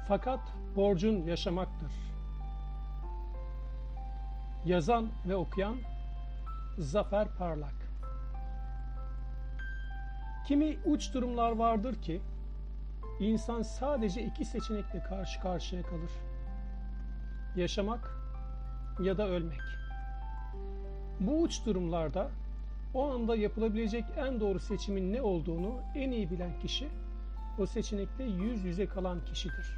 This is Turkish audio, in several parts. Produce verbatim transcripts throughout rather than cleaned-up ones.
Fakat borcun yaşamaktır. Yazan ve okuyan Zafer Parlak. Kimi uç durumlar vardır ki insan sadece iki seçenekle karşı karşıya kalır. Yaşamak ya da ölmek. Bu uç durumlarda o anda yapılabilecek en doğru seçimin ne olduğunu en iyi bilen kişi o seçenekle yüz yüze kalan kişidir.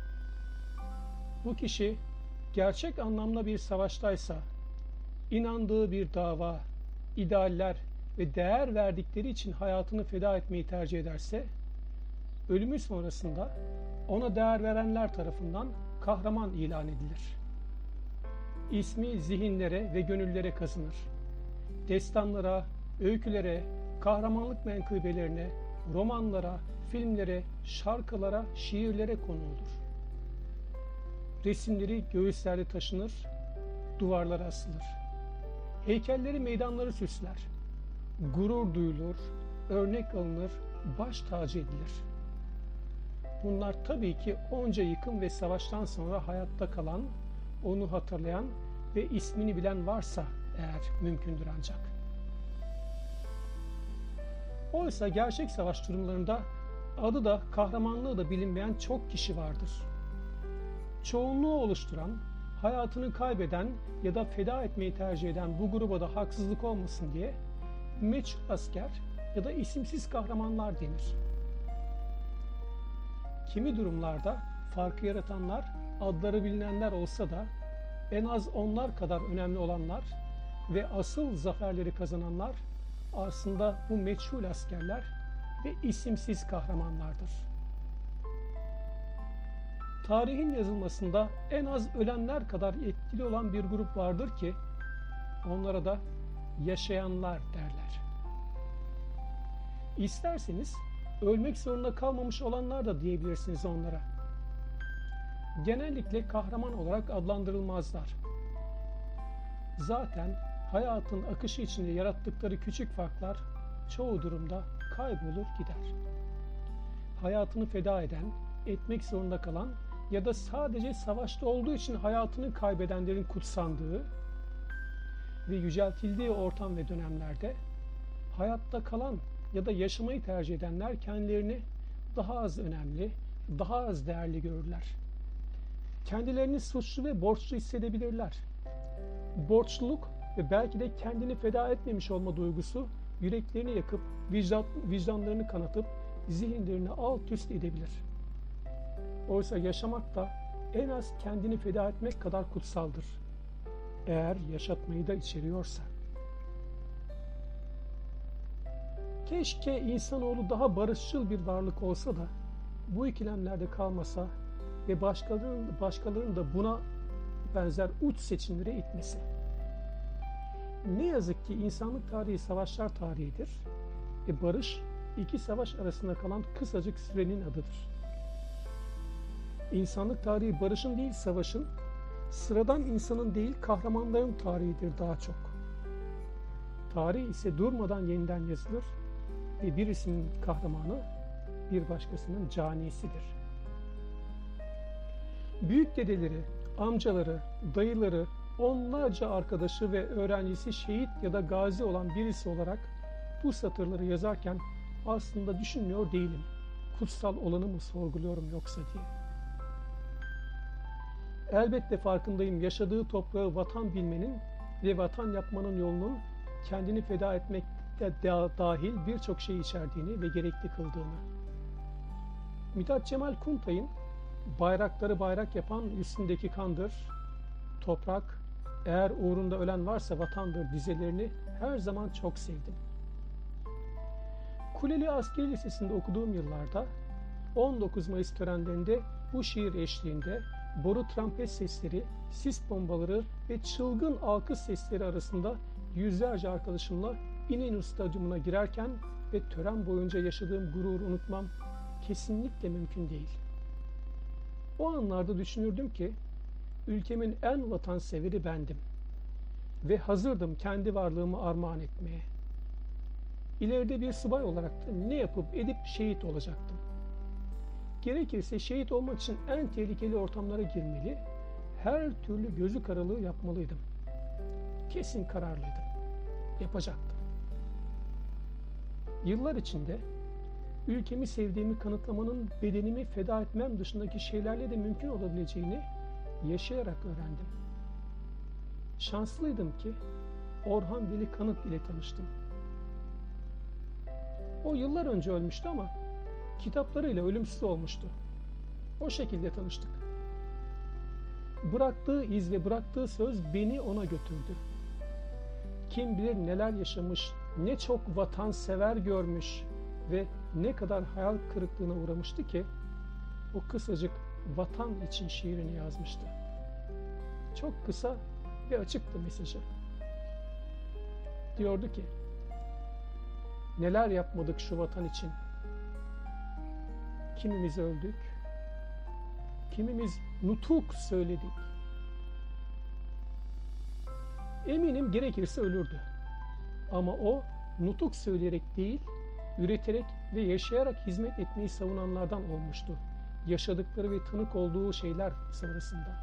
Bu kişi gerçek anlamda bir savaştaysa, inandığı bir dava, idealler ve değer verdikleri için hayatını feda etmeyi tercih ederse, ölümü sonrasında ona değer verenler tarafından kahraman ilan edilir. İsmi zihinlere ve gönüllere kazınır. Destanlara, öykülere, kahramanlık menkıbelerine, romanlara, filmlere, şarkılara, şiirlere konu olur. Resimleri göğüslerde taşınır, duvarlara asılır. Heykelleri meydanları süsler. Gurur duyulur, örnek alınır, baş tacı edilir. Bunlar tabii ki onca yıkım ve savaştan sonra hayatta kalan, onu hatırlayan ve ismini bilen varsa eğer mümkündür ancak. Oysa gerçek savaş durumlarında adı da kahramanlığı da bilinmeyen çok kişi vardır. Çoğunluğu oluşturan, hayatını kaybeden ya da feda etmeyi tercih eden bu gruba da haksızlık olmasın diye meçhul asker ya da isimsiz kahramanlar denir. Kimi durumlarda farkı yaratanlar, adları bilinenler olsa da en az onlar kadar önemli olanlar ve asıl zaferleri kazananlar aslında bu meçhul askerler ve isimsiz kahramanlardır. Tarihin yazılmasında en az ölenler kadar etkili olan bir grup vardır ki onlara da yaşayanlar derler. İsterseniz ölmek zorunda kalmamış olanlar da diyebilirsiniz onlara. Genellikle kahraman olarak adlandırılmazlar. Zaten hayatın akışı içinde yarattıkları küçük farklar çoğu durumda kaybolur gider. Hayatını feda eden, etmek zorunda kalan ya da sadece savaşta olduğu için hayatını kaybedenlerin kutsandığı ve yüceltildiği ortam ve dönemlerde hayatta kalan ya da yaşamayı tercih edenler kendilerini daha az önemli, daha az değerli görürler. Kendilerini suçlu ve borçlu hissedebilirler. Borçluluk ve belki de kendini feda etmemiş olma duygusu yüreklerini yakıp vicdan, vicdanlarını kanatıp zihinlerini alt üst edebilir. Oysa yaşamak da en az kendini feda etmek kadar kutsaldır. Eğer yaşatmayı da içeriyorsa. Keşke insanoğlu daha barışçıl bir varlık olsa da bu ikilemlerde kalmasa ve başkalarının, başkalarının da buna benzer uç seçimlere itmesi. Ne yazık ki insanlık tarihi savaşlar tarihidir ve barış iki savaş arasında kalan kısacık sürenin adıdır. İnsanlık tarihi barışın değil savaşın, sıradan insanın değil kahramanların tarihidir daha çok. Tarih ise durmadan yeniden yazılır ve birisinin kahramanı bir başkasının canisidir. Büyük dedeleri, amcaları, dayıları, onlarca arkadaşı ve öğrencisi şehit ya da gazi olan birisi olarak bu satırları yazarken aslında düşünmüyor değilim. Kutsal olanı mı sorguluyorum yoksa diye. Elbette farkındayım yaşadığı toprağı vatan bilmenin ve vatan yapmanın yolunun kendini feda etmekte dahil birçok şey içerdiğini ve gerekli kıldığını. Mithat Cemal Kuntay'ın bayrakları bayrak yapan üstündeki kandır, toprak, eğer uğrunda ölen varsa vatandır dizelerini her zaman çok sevdim. Kuleli Askeri Lisesi'nde okuduğum yıllarda on dokuz Mayıs törenlerinde bu şiir eşliğinde boru trompet sesleri, sis bombaları ve çılgın alkış sesleri arasında yüzlerce arkadaşımla İnönü Stadyumuna girerken ve tören boyunca yaşadığım gururu unutmam kesinlikle mümkün değil. O anlarda düşünürdüm ki ülkemin en vatanseveri bendim ve hazırdım kendi varlığımı armağan etmeye. İleride bir subay olarak da ne yapıp edip şehit olacaktım. Gerekirse şehit olmak için en tehlikeli ortamlara girmeli, her türlü gözü karalığı yapmalıydım. Kesin kararlıydım. Yapacaktım. Yıllar içinde ülkemi sevdiğimi kanıtlamanın bedenimi feda etmem dışındaki şeylerle de mümkün olabileceğini yaşayarak öğrendim. Şanslıydım ki Orhan Veli Kanık ile tanıştım. O yıllar önce ölmüştü ama kitaplarıyla ölümsüz olmuştu. O şekilde tanıştık. Bıraktığı iz ve bıraktığı söz beni ona götürdü. Kim bilir neler yaşamış, ne çok vatansever görmüş ve ne kadar hayal kırıklığına uğramıştı ki o kısacık vatan için şiirini yazmıştı. Çok kısa ve açıktı mesajı. Diyordu ki, neler yapmadık şu vatan için. Kimimiz öldük, kimimiz nutuk söyledik. Eminim gerekirse ölürdü. Ama o nutuk söyleyerek değil, üreterek ve yaşayarak hizmet etmeyi savunanlardan olmuştu. Yaşadıkları ve tanık olduğu şeyler sonrasında.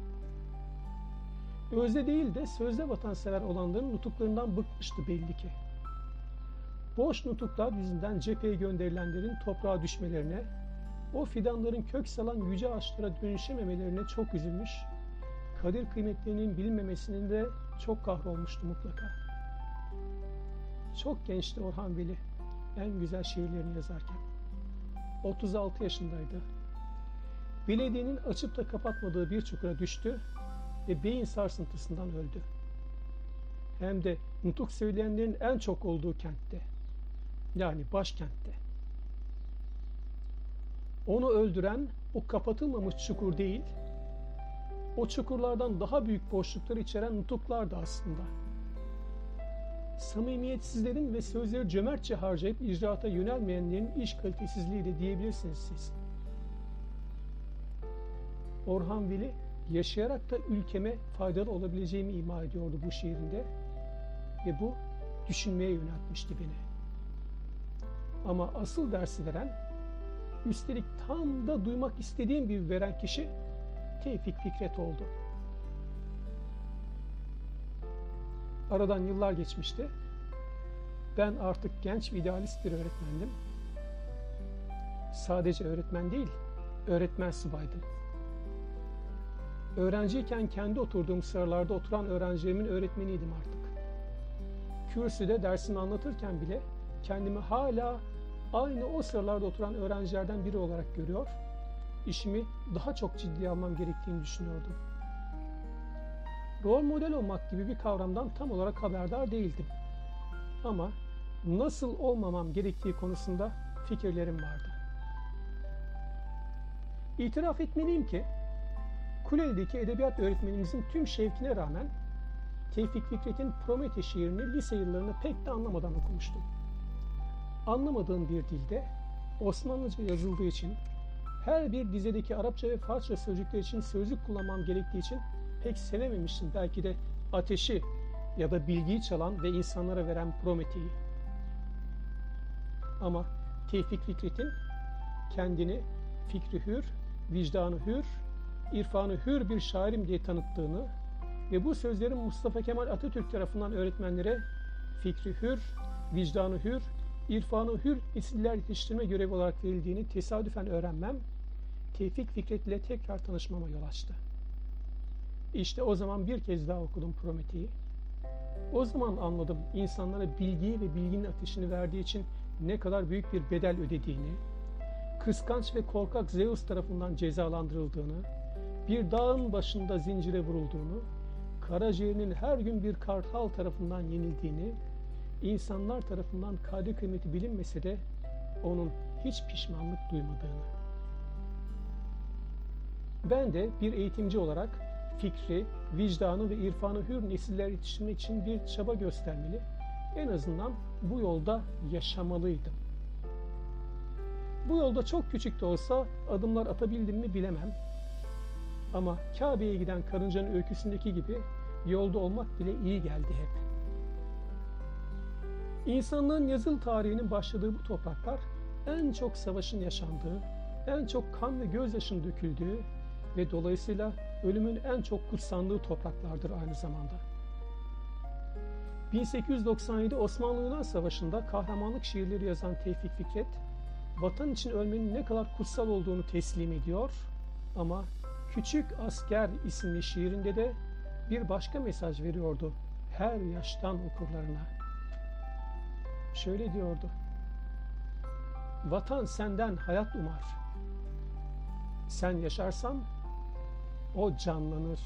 Özde değil de sözde vatansever olanların nutuklarından bıkmıştı belli ki. Boş nutuklar yüzünden cepheye gönderilenlerin toprağa düşmelerine, o fidanların kök salan yüce ağaçlara dönüşememelerine çok üzülmüş, kadir kıymetlerinin bilinmemesinin de çok kahrolmuştu mutlaka. Çok gençti Orhan Veli, en güzel şiirlerini yazarken. otuz altı yaşındaydı. Belediyenin açıp da kapatmadığı bir çukura düştü ve beyin sarsıntısından öldü. Hem de nutuk söyleyenlerin en çok olduğu kentte, yani başkentte. Onu öldüren o kapatılmamış çukur değil, o çukurlardan daha büyük boşlukları içeren nutuklardı aslında. Samimiyetsizlerin ve sözleri cömertçe harcayıp icraata yönelmeyenlerin iş kalitesizliği de diyebilirsiniz siz. Orhan Veli yaşayarak da ülkeme faydalı olabileceğimi ima ediyordu bu şiirinde ve bu düşünmeye yöneltmişti beni. Ama asıl dersi veren, üstelik tam da duymak istediğim bir veren kişi Tevfik Fikret oldu. Aradan yıllar geçmişti. Ben artık genç ve idealist bir öğretmendim. Sadece öğretmen değil, öğretmen subaydım. Öğrenciyken kendi oturduğum sıralarda oturan öğrencilerimin öğretmeniydim artık. Kürsüde dersimi anlatırken bile kendimi hala aynı o sıralarda oturan öğrencilerden biri olarak görüyor, işimi daha çok ciddiye almam gerektiğini düşünüyordum. Rol model olmak gibi bir kavramdan tam olarak haberdar değildim. Ama nasıl olmamam gerektiği konusunda fikirlerim vardı. İtiraf etmeliyim ki, Kuleli'deki edebiyat öğretmenimizin tüm şevkine rağmen Tevfik Fikret'in Promete şiirini lise yıllarını pek de anlamadan okumuştum. Anlamadığım bir dilde Osmanlıca yazıldığı için, her bir dizedeki Arapça ve Farsça sözcükler için sözlük kullanmam gerektiği için pek sevememiştim belki de ateşi ya da bilgiyi çalan ve insanlara veren Promete'yi. Ama Tevfik Fikret'in kendini fikri hür, vicdanı hür, irfanı hür bir şairim diye tanıttığını ve bu sözlerin Mustafa Kemal Atatürk tarafından öğretmenlere fikri hür, vicdanı hür, irfanı hür nesiller yetiştirme görevi olarak verildiğini tesadüfen öğrenmem, Tevfik Fikret ile tekrar tanışmama yol açtı. İşte o zaman bir kez daha okudum Promete'yi. O zaman anladım insanlara bilgiyi ve bilginin ateşini verdiği için ne kadar büyük bir bedel ödediğini, kıskanç ve korkak Zeus tarafından cezalandırıldığını, bir dağın başında zincire vurulduğunu, karaciğerinin her gün bir kartal tarafından yenildiğini, insanlar tarafından kadri kıymeti bilinmese de onun hiç pişmanlık duymadığını. Ben de bir eğitimci olarak fikri, vicdanı ve irfanı hür nesiller yetiştirmek için bir çaba göstermeli, en azından bu yolda yaşamalıydım. Bu yolda çok küçük de olsa adımlar atabildim mi bilemem. Ama Kabe'ye giden karıncanın öyküsündeki gibi yolda olmak bile iyi geldi hep. İnsanlığın yazılı tarihinin başladığı bu topraklar en çok savaşın yaşandığı, en çok kan ve gözyaşın döküldüğü ve dolayısıyla ölümün en çok kutsandığı topraklardır aynı zamanda. bin sekiz yüz doksan yedi Osmanlı-Yunan Savaşı'nda kahramanlık şiirleri yazan Tevfik Fikret, vatan için ölmenin ne kadar kutsal olduğunu teslim ediyor ama Küçük Asker isimli şiirinde de bir başka mesaj veriyordu her yaştan okurlarına. Şöyle diyordu: vatan senden hayat umar. Sen yaşarsan o canlanır.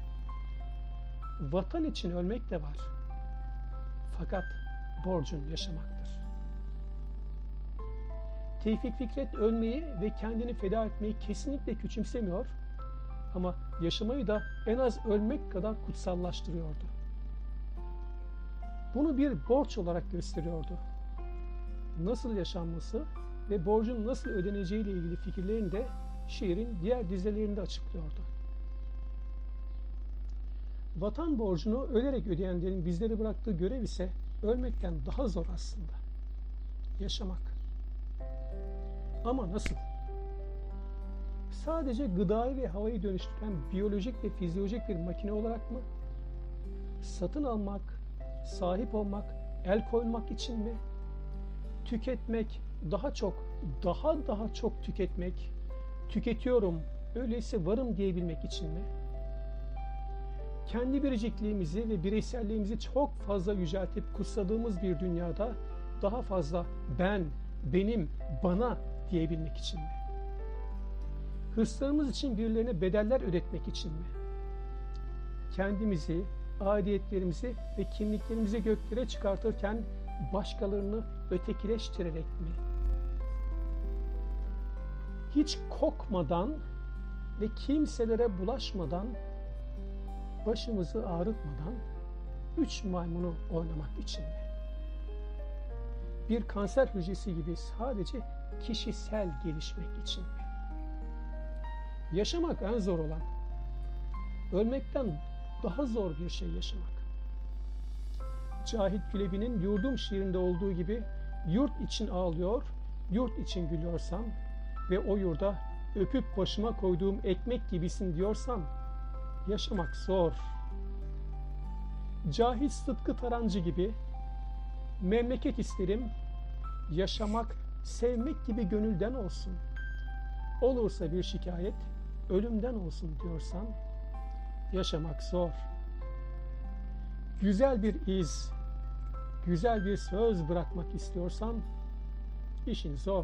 Vatan için ölmek de var. Fakat borcun yaşamaktır. Tevfik Fikret ölmeyi ve kendini feda etmeyi kesinlikle küçümsemiyor ama yaşamayı da en az ölmek kadar kutsallaştırıyordu. Bunu bir borç olarak gösteriyordu. Nasıl yaşanması ve borcun nasıl ödeneceği ile ilgili fikirlerini de şiirin diğer dizelerinde açıklıyordu. Vatan borcunu ölerek ödeyenlerin bizlere bıraktığı görev ise ölmekten daha zor aslında. Yaşamak. Ama nasıl? Sadece gıdayı ve havayı dönüştüren biyolojik ve fizyolojik bir makine olarak mı? Satın almak, sahip olmak, el koymak için mi? Tüketmek, daha çok, daha daha çok tüketmek, tüketiyorum, öyleyse varım diyebilmek için mi? Kendi biricikliğimizi ve bireyselliğimizi çok fazla yüceltip kutsadığımız bir dünyada daha fazla ben, benim, bana diyebilmek için mi? Hırslarımız için birilerine bedeller ödetmek için mi? Kendimizi, aidiyetlerimizi ve kimliklerimizi göklere çıkartırken başkalarını ötekileştirerek mi? Hiç kokmadan ve kimselere bulaşmadan, başımızı ağrıtmadan üç maymunu oynamak için mi? Bir kanser hücresi gibi sadece kişisel gelişmek için mi? Yaşamak en zor olan, ölmekten daha zor bir şey yaşamak. Cahit Külebi'nin Yurdum şiirinde olduğu gibi yurt için ağlıyor, yurt için gülüyorsam ve o yurda öpüp başıma koyduğum ekmek gibisin diyorsam yaşamak zor. Cahit Sıtkı Tarancı gibi memleket isterim, yaşamak, sevmek gibi gönülden olsun. Olursa bir şikayet, ölümden olsun diyorsan yaşamak zor. Güzel bir iz, güzel bir söz bırakmak istiyorsan işin zor.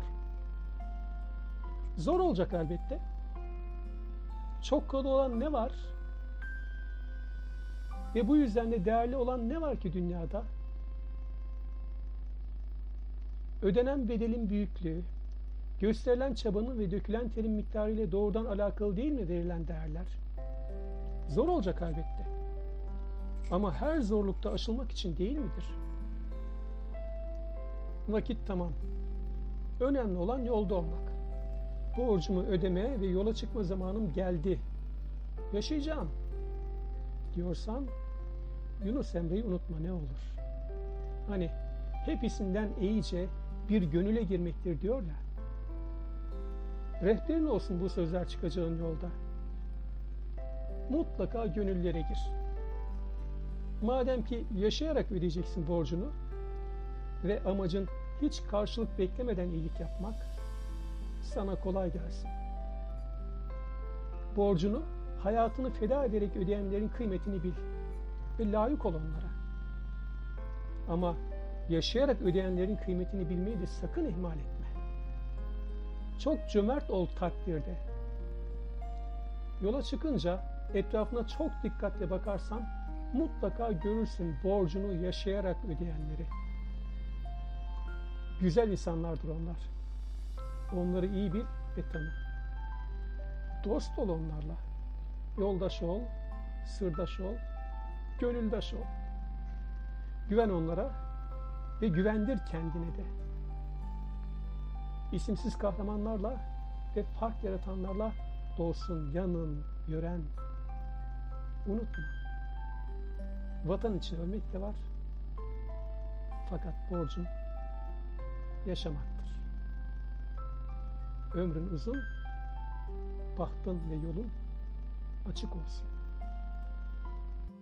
Zor olacak elbette. Çok kodu olan ne var? Ve bu yüzden de değerli olan ne var ki dünyada? Ödenen bedelin büyüklüğü, gösterilen çabanın ve dökülen terin miktarı ile doğrudan alakalı değil mi verilen değerler? Zor olacak elbette. Ama her zorlukta aşılmak için değil midir? Vakit tamam. Önemli olan yolda olmak. Borcumu ödeme ve yola çıkma zamanım geldi. Yaşayacağım diyorsan Yunus Emre'yi unutma ne olur. Hani hepsinden iyice bir gönüle girmektir diyor ya. Rehberin olsun bu sözler çıkacağın yolda. Mutlaka gönüllere gir. Madem ki yaşayarak ödeyeceksin borcunu ve amacın hiç karşılık beklemeden iyilik yapmak, sana kolay gelsin. Borcunu hayatını feda ederek ödeyenlerin kıymetini bil ve layık ol onlara. Ama yaşayarak ödeyenlerin kıymetini bilmeyi de sakın ihmal etme. Çok cömert ol takdirde. Yola çıkınca etrafına çok dikkatle bakarsan mutlaka görürsün borcunu yaşayarak ödeyenleri. Güzel insanlardır onlar. Onları iyi bil ve tanı. Dost ol onlarla. Yoldaş ol, sırdaş ol, gönüldaş ol. Güven onlara ve güvendir kendine de. İsimsiz kahramanlarla ve fark yaratanlarla dolsun yanın, yören. Unutma. Vatan için ölmek de var. Fakat borcun yaşamaktır. Ömrün uzun, bahtın ve yolun açık olsun.